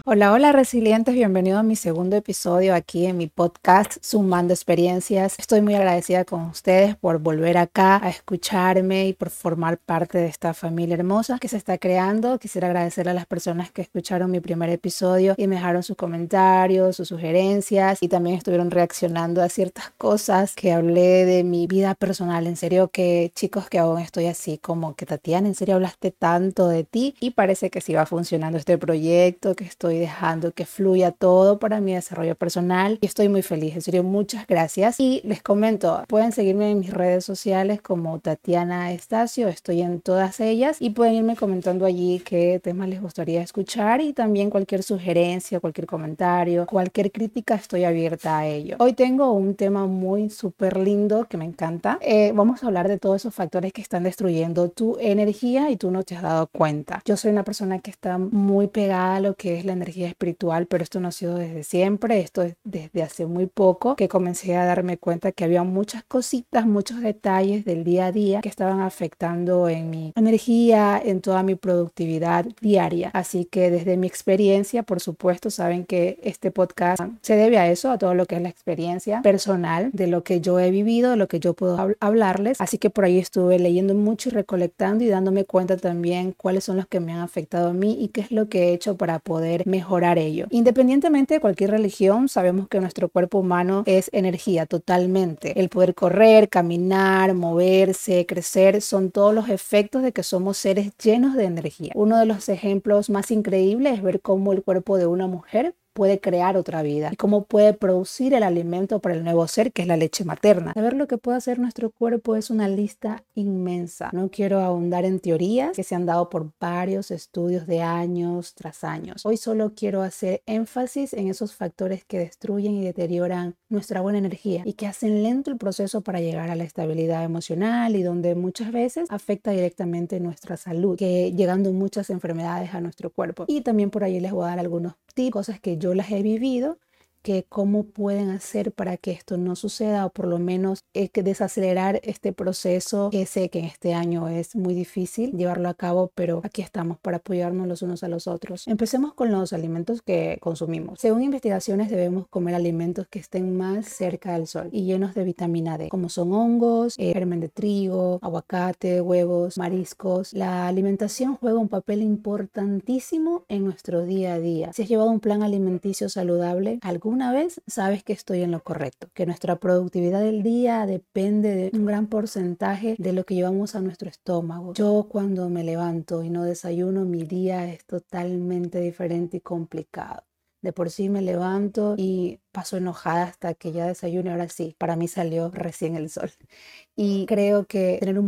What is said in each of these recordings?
Hola, hola resilientes, bienvenido a mi segundo episodio aquí en mi podcast Sumando Experiencias. Estoy muy agradecida con ustedes por volver acá a escucharme y por formar parte de esta familia hermosa que se está creando. Quisiera agradecerle a las personas que escucharon mi primer episodio y me dejaron sus comentarios, sus sugerencias y también estuvieron reaccionando a ciertas cosas que hablé de mi vida personal. En serio que chicos, que aún estoy así como que Tatiana, en serio hablaste tanto de ti y parece que sí va funcionando este proyecto, que estoy dejando que fluya todo para mi desarrollo personal y estoy muy feliz. En serio, muchas gracias. Y les comento, pueden seguirme en mis redes sociales como Tatiana Estacio, estoy en todas ellas y pueden irme comentando allí qué temas les gustaría escuchar y también cualquier sugerencia, cualquier comentario, cualquier crítica, estoy abierta a ello. Hoy tengo un tema muy súper lindo que me encanta. Vamos a hablar de todos esos factores que están destruyendo tu energía y tú no te has dado cuenta. Yo soy una persona que está muy pegada a lo que es la energía espiritual, pero esto no ha sido desde siempre, esto es desde hace muy poco que comencé a darme cuenta que había muchas cositas, muchos detalles del día a día que estaban afectando en mi energía, en toda mi productividad diaria. Así que desde mi experiencia, por supuesto, saben que este podcast se debe a eso, a todo lo que es la experiencia personal, de lo que yo he vivido, de lo que yo puedo hablarles. Así que por ahí estuve leyendo mucho y recolectando y dándome cuenta también cuáles son los que me han afectado a mí y qué es lo que he hecho para poder mejorar ello. Independientemente de cualquier religión, sabemos que nuestro cuerpo humano es energía totalmente. El poder correr, caminar, moverse, crecer, son todos los efectos de que somos seres llenos de energía. Uno de los ejemplos más increíbles es ver cómo el cuerpo de una mujer puede crear otra vida y cómo puede producir el alimento para el nuevo ser que es la leche materna. Saber lo que puede hacer nuestro cuerpo es una lista inmensa. No quiero ahondar en teorías que se han dado por varios estudios de años tras años. Hoy solo quiero hacer énfasis en esos factores que destruyen y deterioran nuestra buena energía y que hacen lento el proceso para llegar a la estabilidad emocional y donde muchas veces afecta directamente nuestra salud, que llegando muchas enfermedades a nuestro cuerpo. Y también por ahí les voy a dar algunos tips, cosas que yo las he vivido, que cómo pueden hacer para que esto no suceda o por lo menos que desacelerar este proceso que sé que en este año es muy difícil llevarlo a cabo, pero aquí estamos para apoyarnos los unos a los otros. Empecemos con los alimentos que consumimos. Según investigaciones debemos comer alimentos que estén más cerca del sol y llenos de vitamina D, como son hongos, germen de trigo, aguacate, huevos, mariscos. La alimentación juega un papel importantísimo en nuestro día a día. Si has llevado un plan alimenticio saludable alguna vez, sabes que estoy en lo correcto, que nuestra productividad del día depende de un gran porcentaje de lo que llevamos a nuestro estómago. Yo cuando me levanto y no desayuno, mi día es totalmente diferente y complicado. De por sí me levanto y paso enojada hasta que ya desayuno y ahora sí, para mí salió recién el sol. Y creo que tener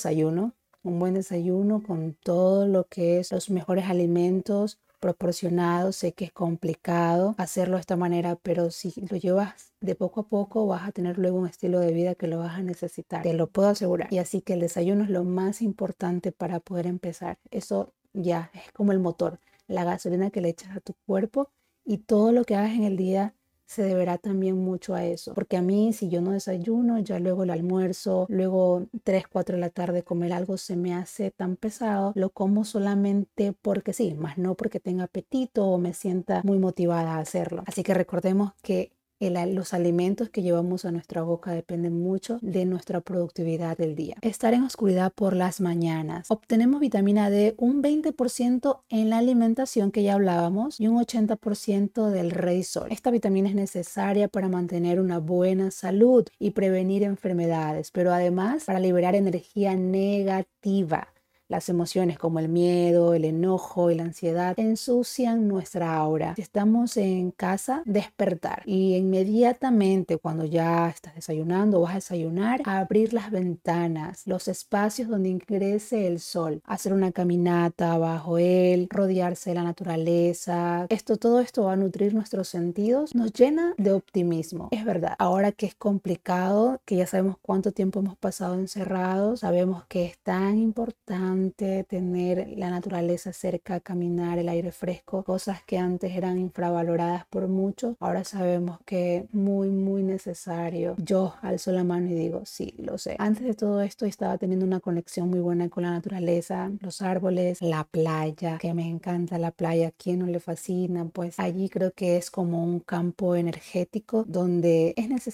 un buen desayuno con todo lo que es los mejores alimentos proporcionados, sé que es complicado hacerlo de esta manera, pero si lo llevas de poco a poco vas a tener luego un estilo de vida que lo vas a necesitar, te lo puedo asegurar. Y así que el desayuno es lo más importante para poder empezar. Eso ya es como el motor, la gasolina que le echas a tu cuerpo y todo lo que hagas en el día se deberá también mucho a eso, porque a mí si yo no desayuno, ya luego el almuerzo, luego 3, 4 de la tarde comer algo se me hace tan pesado, lo como solamente porque sí, más no porque tenga apetito o me sienta muy motivada a hacerlo. Así que recordemos que los alimentos que llevamos a nuestra boca dependen mucho de nuestra productividad del día. Estar en oscuridad por las mañanas. Obtenemos vitamina D un 20% en la alimentación que ya hablábamos y un 80% del rey sol. Esta vitamina es necesaria para mantener una buena salud y prevenir enfermedades, pero además para liberar energía negativa. Las emociones como el miedo, el enojo y la ansiedad ensucian nuestra aura. Si estamos en casa, despertar y inmediatamente cuando ya estás desayunando o vas a desayunar, abrir las ventanas, los espacios donde ingrese el sol, hacer una caminata bajo él, rodearse de la naturaleza. Todo esto va a nutrir nuestros sentidos, nos llena de optimismo. Es verdad, ahora que es complicado, que ya sabemos cuánto tiempo hemos pasado encerrados, sabemos que es tan importante importante tener la naturaleza cerca, caminar, el aire fresco, cosas que antes eran infravaloradas por muchos, ahora sabemos que es muy necesario. Yo alzo la mano y digo, sí, lo sé. Antes de todo esto estaba teniendo una conexión muy buena con la naturaleza, los árboles, la playa, que me encanta la playa, ¿a quién no le fascina? Pues allí creo que es como un campo energético donde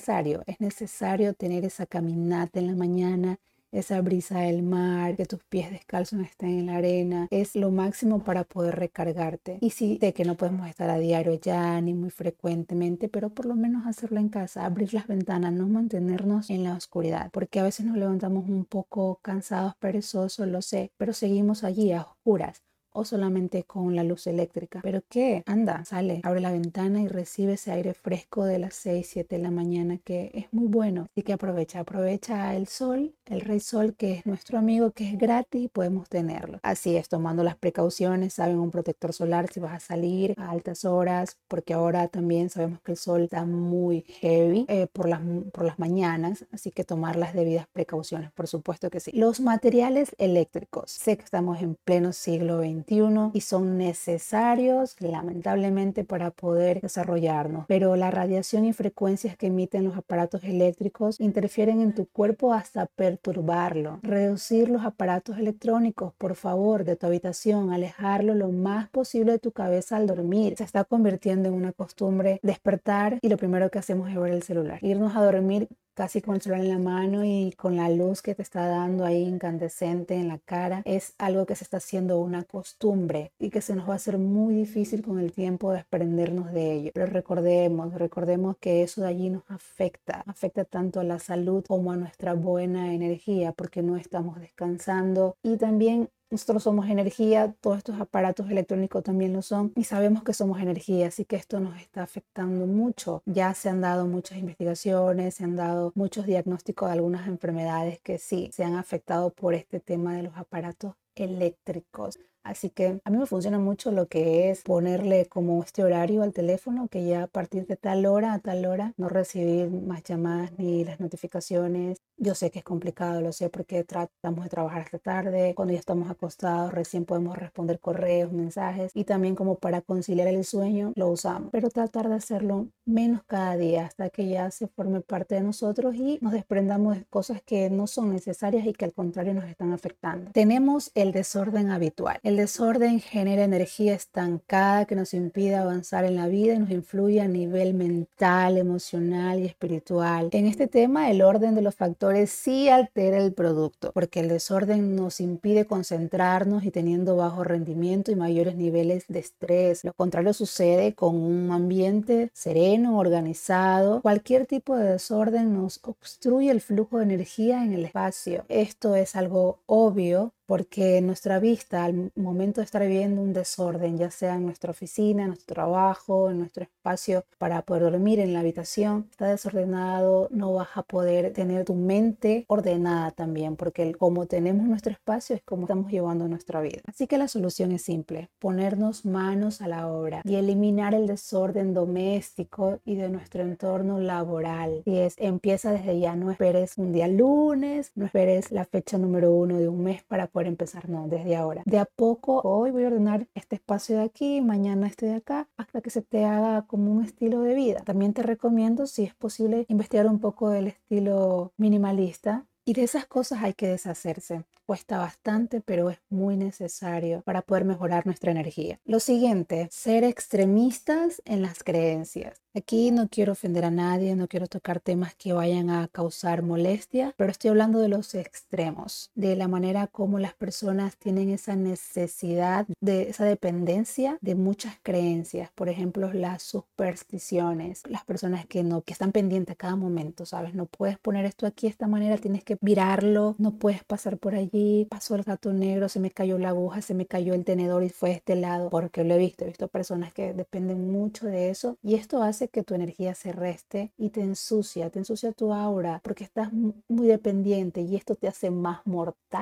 es necesario tener esa caminata en la mañana, esa brisa del mar, que tus pies descalzos estén en la arena, es lo máximo para poder recargarte. Y sí, sé que no podemos estar a diario ya, ni muy frecuentemente, pero por lo menos hacerlo en casa, abrir las ventanas, no mantenernos en la oscuridad, porque a veces nos levantamos un poco cansados, perezosos, lo sé, pero seguimos allí a oscuras o solamente con la luz eléctrica. ¿Pero qué? Anda, sale, abre la ventana y recibe ese aire fresco de las 6, 7 de la mañana que es muy bueno. Así que aprovecha el sol, el rey sol, que es nuestro amigo, que es gratis y podemos tenerlo. Así es, tomando las precauciones, saben, un protector solar si vas a salir a altas horas, porque ahora también sabemos que el sol está muy heavy por las mañanas, así que tomar las debidas precauciones, por supuesto que sí. Los materiales eléctricos, sé que estamos en pleno siglo XXI y son necesarios lamentablemente para poder desarrollarnos, pero la radiación y frecuencias que emiten los aparatos eléctricos interfieren en tu cuerpo hasta perturbarlo. Reducir los aparatos electrónicos, por favor, de tu habitación, alejarlo lo más posible de tu cabeza al dormir. Se está convirtiendo en una costumbre despertar y lo primero que hacemos es ver el celular, irnos a dormir casi con el celular en la mano y con la luz que te está dando ahí incandescente en la cara. Es algo que se está haciendo una costumbre y que se nos va a hacer muy difícil con el tiempo desprendernos de ello. Pero recordemos que eso de allí nos afecta tanto a la salud como a nuestra buena energía, porque no estamos descansando y también nosotros somos energía, todos estos aparatos electrónicos también lo son y sabemos que somos energía, así que esto nos está afectando mucho. Ya se han dado muchas investigaciones, se han dado muchos diagnósticos de algunas enfermedades que sí se han afectado por este tema de los aparatos eléctricos. Así que a mí me funciona mucho lo que es ponerle como este horario al teléfono, que ya a partir de tal hora a tal hora no recibir más llamadas ni las notificaciones. Yo sé que es complicado, lo sé, porque tratamos de trabajar hasta tarde. Cuando ya estamos acostados recién podemos responder correos, mensajes, y también como para conciliar el sueño lo usamos. Pero tratar de hacerlo menos cada día hasta que ya se forme parte de nosotros y nos desprendamos de cosas que no son necesarias y que al contrario nos están afectando. Tenemos el desorden habitual. El desorden genera energía estancada que nos impide avanzar en la vida y nos influye a nivel mental, emocional y espiritual. En este tema, el orden de los factores sí altera el producto, porque el desorden nos impide concentrarnos y teniendo bajo rendimiento y mayores niveles de estrés. Lo contrario sucede con un ambiente sereno, organizado. Cualquier tipo de desorden nos obstruye el flujo de energía en el espacio. Esto es algo obvio, porque nuestra vista al momento de estar viviendo un desorden, ya sea en nuestra oficina, en nuestro trabajo, en nuestro espacio para poder dormir en la habitación, está desordenado, no vas a poder tener tu mente ordenada también, porque como tenemos nuestro espacio es como estamos llevando nuestra vida. Así que la solución es simple, ponernos manos a la obra y eliminar el desorden doméstico y de nuestro entorno laboral. Y empieza desde ya, no esperes un día lunes, no esperes la fecha número 1 de un mes para poder empezar, no, desde ahora. De a poco, hoy voy a ordenar este espacio de aquí, mañana este de acá, hasta que se te haga como un estilo de vida. También te recomiendo, si es posible, investigar un poco del estilo minimalista. Y de esas cosas hay que deshacerse. Cuesta bastante, pero es muy necesario para poder mejorar nuestra energía. Lo siguiente, ser extremistas en las creencias. Aquí no quiero ofender a nadie, no quiero tocar temas que vayan a causar molestia, pero estoy hablando de los extremos, de la manera como las personas tienen esa necesidad, de esa dependencia de muchas creencias. Por ejemplo, las supersticiones, las personas que están pendientes a cada momento, ¿sabes? No puedes poner esto aquí de esta manera, tienes que virarlo, no puedes pasar por allí, pasó el gato negro, se me cayó la aguja, se me cayó el tenedor y fue de este lado, porque lo he visto personas que dependen mucho de eso y esto hace que tu energía se reste y te ensucia tu aura porque estás muy dependiente y esto te hace más mortal,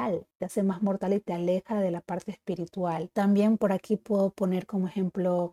te hace más mortal y te aleja de la parte espiritual. También por aquí puedo poner como ejemplo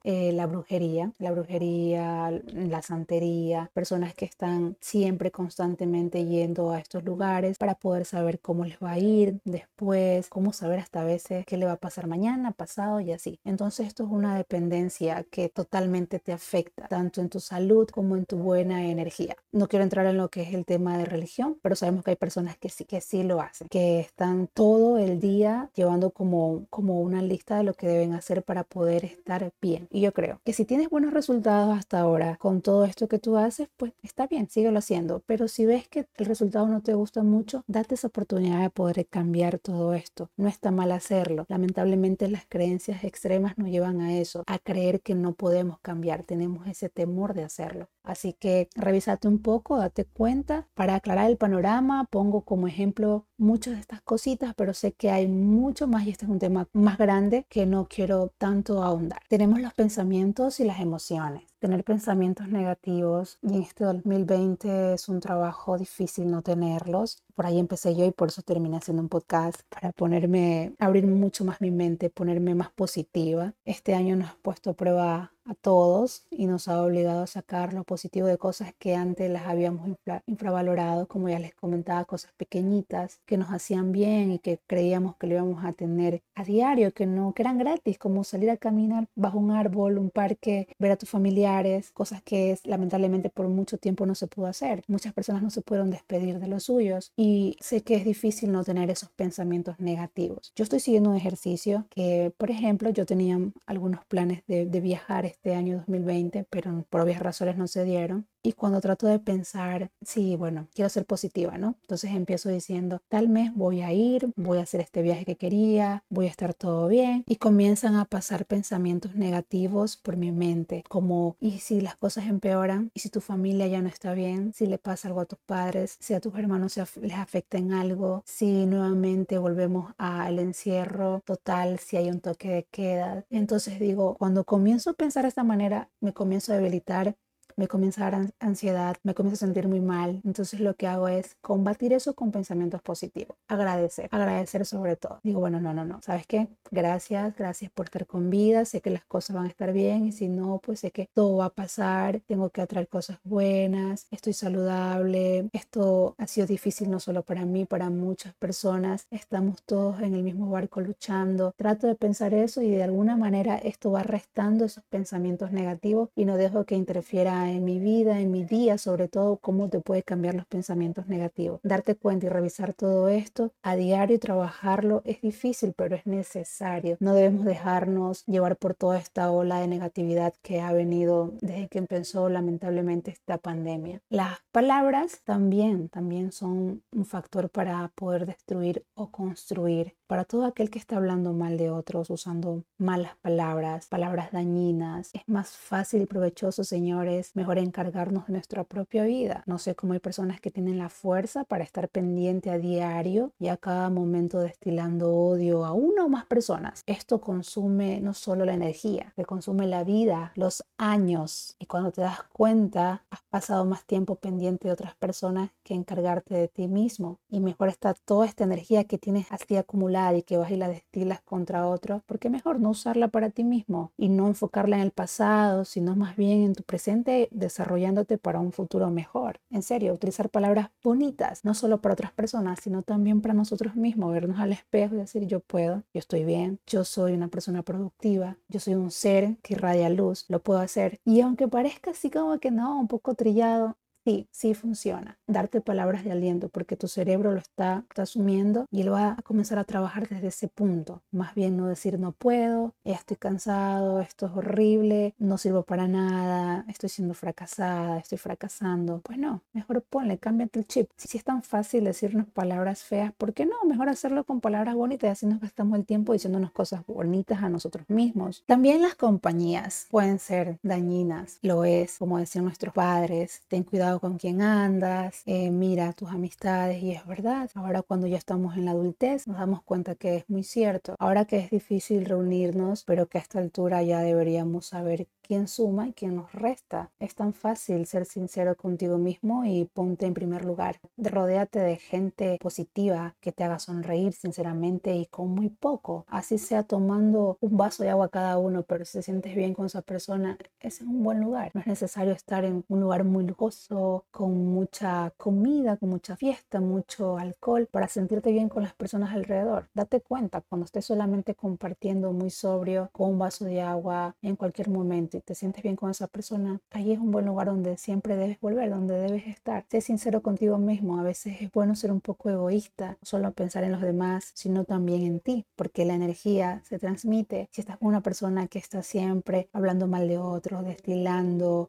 la brujería, la santería, personas que están siempre constantemente yendo a estos lugares para poder saber cómo les va a ir después, cómo saber hasta a veces qué le va a pasar mañana, pasado y así. Entonces esto es una dependencia que totalmente te afecta, tanto en tu salud como en tu buena energía. No quiero entrar en lo que es el tema de religión, pero sabemos que hay personas que sí lo hacen, que están todo el día llevando como una lista de lo que deben hacer para poder estar bien. Y yo creo que si tienes buenos resultados hasta ahora con todo esto que tú haces, pues está bien, síguelo haciendo. Pero si ves que el resultado no te gusta mucho, date esa oportunidad de poder cambiar todo esto. No está mal hacerlo. Lamentablemente las creencias extremas nos llevan a eso, a creer que no podemos cambiar. Tenemos ese temor de hacerlo. Así que revísate un poco, date cuenta. Para aclarar el panorama, pongo como ejemplo muchas de estas cositas, pero sé que hay mucho más y este es un tema más grande que no quiero tanto ahondar. Tenemos los pensamientos y las emociones. Tener pensamientos negativos y en este 2020 es un trabajo difícil no tenerlos. Por ahí empecé yo y por eso terminé haciendo un podcast para abrir mucho más mi mente, ponerme más positiva. Este año nos ha puesto a prueba a todos y nos ha obligado a sacar lo positivo de cosas que antes las habíamos infravalorado, como ya les comentaba, cosas pequeñitas que nos hacían bien y que creíamos que lo íbamos a tener a diario, que eran gratis, como salir a caminar bajo un árbol, un parque, ver a tus familiares, cosas que lamentablemente por mucho tiempo no se pudo hacer. Muchas personas no se pudieron despedir de los suyos y sé que es difícil no tener esos pensamientos negativos. Yo estoy siguiendo un ejercicio que, por ejemplo, yo tenía algunos planes de viajar este año 2020, pero por obvias razones no se dieron. Y cuando trato de pensar, sí, bueno, quiero ser positiva, ¿no? Entonces empiezo diciendo, tal mes voy a ir, voy a hacer este viaje que quería, voy a estar todo bien. Y comienzan a pasar pensamientos negativos por mi mente, como, ¿y si las cosas empeoran? ¿Y si tu familia ya no está bien? ¿Si le pasa algo a tus padres? ¿Si a tus hermanos les afecta en algo? ¿Si nuevamente volvemos al encierro total? ¿Si hay un toque de queda? Entonces digo, cuando comienzo a pensar de esta manera, me comienzo a debilitar, me comienza a dar ansiedad, me comienzo a sentir muy mal. Entonces lo que hago es combatir eso con pensamientos positivos. Agradecer sobre todo. Digo, bueno, no. ¿Sabes qué? Gracias por estar con vida. Sé que las cosas van a estar bien y si no, pues sé que todo va a pasar. Tengo que atraer cosas buenas. Estoy saludable. Esto ha sido difícil no solo para mí, para muchas personas. Estamos todos en el mismo barco luchando. Trato de pensar eso y de alguna manera esto va restando esos pensamientos negativos y no dejo que interfiera en mi vida, en mi día, sobre todo cómo te puede cambiar los pensamientos negativos. Darte cuenta y revisar todo esto a diario y trabajarlo es difícil, pero es necesario. No debemos dejarnos llevar por toda esta ola de negatividad que ha venido desde que empezó lamentablemente esta pandemia. Las palabras también son un factor para poder destruir o construir. Para todo aquel que está hablando mal de otros, usando malas palabras, palabras dañinas, es más fácil y provechoso, señores, mejor encargarnos de nuestra propia vida. No sé cómo hay personas que tienen la fuerza para estar pendiente a diario y a cada momento destilando odio a una o más personas. Esto consume no solo la energía, que consume la vida, los años. Y cuando te das cuenta, has pasado más tiempo pendiente de otras personas que encargarte de ti mismo. Y mejor está toda esta energía que tienes así acumulada y que vas y la destilas contra otros, porque mejor no usarla para ti mismo y no enfocarla en el pasado, sino más bien en tu presente, desarrollándote para un futuro mejor. En serio, utilizar palabras bonitas, no solo para otras personas, sino también para nosotros mismos, vernos al espejo y decir, yo puedo, yo estoy bien, yo soy una persona productiva, yo soy un ser que irradia luz, lo puedo hacer. Y aunque parezca así como que no, un poco trillado, sí funciona. Darte palabras de aliento porque tu cerebro lo está asumiendo y él va a comenzar a trabajar desde ese punto. Más bien no decir no puedo, ya estoy cansado, esto es horrible, no sirvo para nada, estoy siendo fracasada, estoy fracasando. Pues no, mejor ponle, cámbiate el chip. Si es tan fácil decirnos palabras feas, ¿por qué no? Mejor hacerlo con palabras bonitas y así nos gastamos el tiempo diciéndonos cosas bonitas a nosotros mismos. También las compañías pueden ser dañinas, lo es, como decían nuestros padres, ten cuidado con quién andas, mira tus amistades y es verdad. Ahora cuando ya estamos en la adultez nos damos cuenta que es muy cierto. Ahora que es difícil reunirnos, pero que a esta altura ya deberíamos saber quién suma y quién nos resta. Es tan fácil ser sincero contigo mismo y ponte en primer lugar. Rodéate de gente positiva que te haga sonreír sinceramente y con muy poco. Así sea tomando un vaso de agua cada uno, pero si te sientes bien con esa persona, ese es un buen lugar. No es necesario estar en un lugar muy lujoso, con mucha comida, con mucha fiesta, mucho alcohol, para sentirte bien con las personas alrededor. Date cuenta cuando estés solamente compartiendo muy sobrio con un vaso de agua en cualquier momento y te sientes bien con esa persona, ahí es un buen lugar donde siempre debes volver, donde debes estar. Sé sincero contigo mismo. A veces es bueno ser un poco egoísta, no solo pensar en los demás, sino también en ti, porque la energía se transmite. Si estás con una persona que está siempre hablando mal de otros, destilando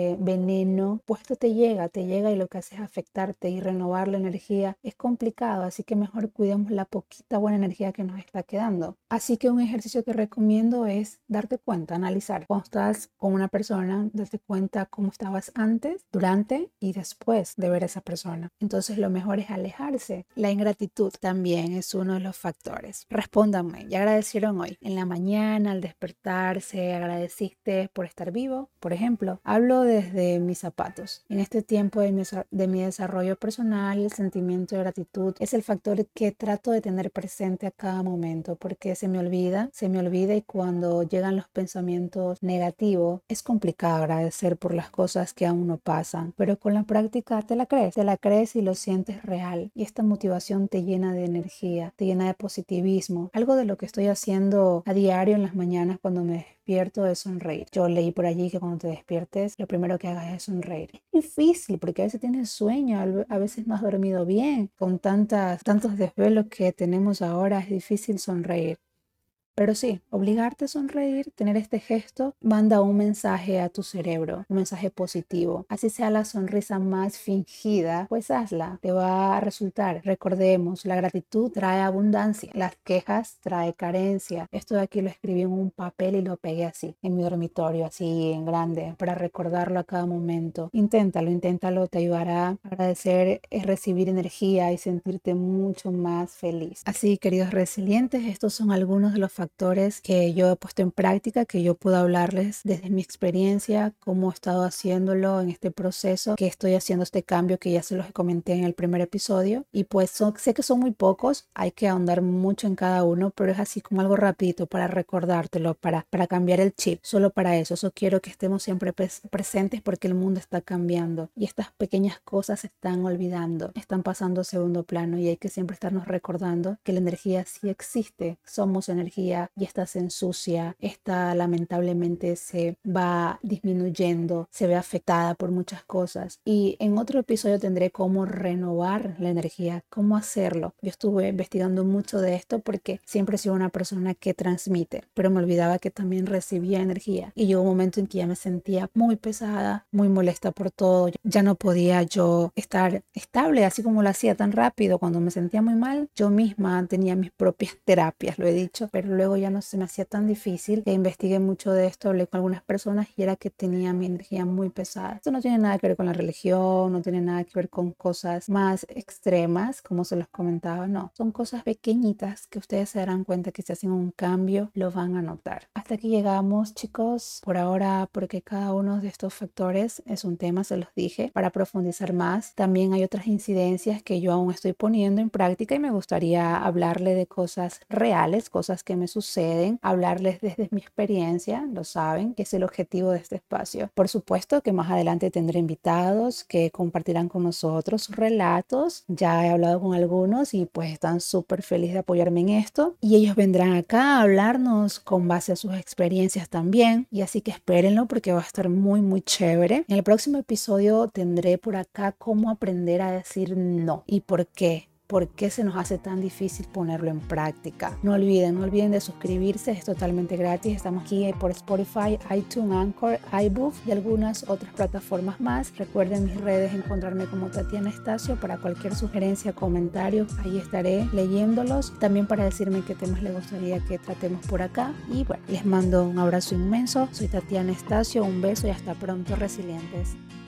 veneno, pues esto te llega y lo que hace es afectarte, y renovar la energía es complicado, así que mejor cuidemos la poquita buena energía que nos está quedando. Así que un ejercicio que recomiendo es darte cuenta, analizar. Cuando estás con una persona, darte cuenta cómo estabas antes, durante y después de ver a esa persona. Entonces lo mejor es alejarse. La ingratitud también es uno de los factores. Respóndanme, ¿ya agradecieron hoy? En la mañana, al despertarse, ¿agradeciste por estar vivo? Por ejemplo, hablo desde mis zapatos. En este tiempo de mi desarrollo personal, el sentimiento de gratitud es el factor que trato de tener presente a cada momento, porque se me olvida y cuando llegan los pensamientos negativos es complicado agradecer por las cosas que aún no pasan, pero con la práctica te la crees y lo sientes real, y esta motivación te llena de energía, te llena de positivismo. Algo de lo que estoy haciendo a diario en las mañanas cuando me despierto es sonreír. Yo leí por allí que cuando te despiertes lo primero que hagas es sonreír. Es difícil porque a veces tienes sueño, a veces no has dormido bien. Con tantos desvelos que tenemos ahora es difícil sonreír. Pero sí, obligarte a sonreír, tener este gesto, manda un mensaje a tu cerebro, un mensaje positivo. Así sea la sonrisa más fingida, pues hazla, te va a resultar. Recordemos, la gratitud trae abundancia, las quejas trae carencia. Esto de aquí lo escribí en un papel y lo pegué así, en mi dormitorio, así en grande, para recordarlo a cada momento. Inténtalo, te ayudará a agradecer, es recibir energía y sentirte mucho más feliz. Así, queridos resilientes, estos son algunos de los factores que yo he puesto en práctica, que yo puedo hablarles desde mi experiencia, cómo he estado haciéndolo en este proceso, que estoy haciendo este cambio que ya se los comenté en el primer episodio. Y pues sé que son muy pocos, hay que ahondar mucho en cada uno, pero es así como algo rapidito para recordártelo, para cambiar el chip. Solo para eso quiero que estemos siempre presentes, porque el mundo está cambiando y estas pequeñas cosas se están olvidando, están pasando a segundo plano, y hay que siempre estarnos recordando que la energía sí existe, somos energía, y esta se ensucia, esta lamentablemente se va disminuyendo, se ve afectada por muchas cosas. Y en otro episodio tendré cómo renovar la energía, cómo hacerlo. Yo estuve investigando mucho de esto porque siempre he sido una persona que transmite, pero me olvidaba que también recibía energía, y llegó un momento en que ya me sentía muy pesada, muy molesta por todo. Ya no podía yo estar estable así como lo hacía tan rápido. Cuando me sentía muy mal, yo misma tenía mis propias terapias, lo he dicho, pero luego ya no se me hacía tan difícil, que investigué mucho de esto, hablé con algunas personas y era que tenía mi energía muy pesada. Esto no tiene nada que ver con la religión, no tiene nada que ver con cosas más extremas, como se los comentaba, no. Son cosas pequeñitas que ustedes se darán cuenta que si hacen un cambio, lo van a notar. Hasta aquí llegamos, chicos, por ahora, porque cada uno de estos factores es un tema, se los dije, para profundizar más. También hay otras incidencias que yo aún estoy poniendo en práctica y me gustaría hablarle de cosas reales, cosas que me suceden, hablarles desde mi experiencia, lo saben, que es el objetivo de este espacio. Por supuesto que más adelante tendré invitados que compartirán con nosotros sus relatos. Ya he hablado con algunos y pues están súper felices de apoyarme en esto, y ellos vendrán acá a hablarnos con base a sus experiencias también, y así que espérenlo porque va a estar muy muy chévere. En el próximo episodio tendré por acá cómo aprender a decir no y por qué. ¿Por qué se nos hace tan difícil ponerlo en práctica? No olviden de suscribirse, es totalmente gratis. Estamos aquí por Spotify, iTunes, Anchor, iBooks y algunas otras plataformas más. Recuerden mis redes, encontrarme como Tatiana Estacio para cualquier sugerencia, comentario. Ahí estaré leyéndolos. También para decirme qué temas les gustaría que tratemos por acá. Y bueno, les mando un abrazo inmenso. Soy Tatiana Estacio, un beso y hasta pronto, resilientes.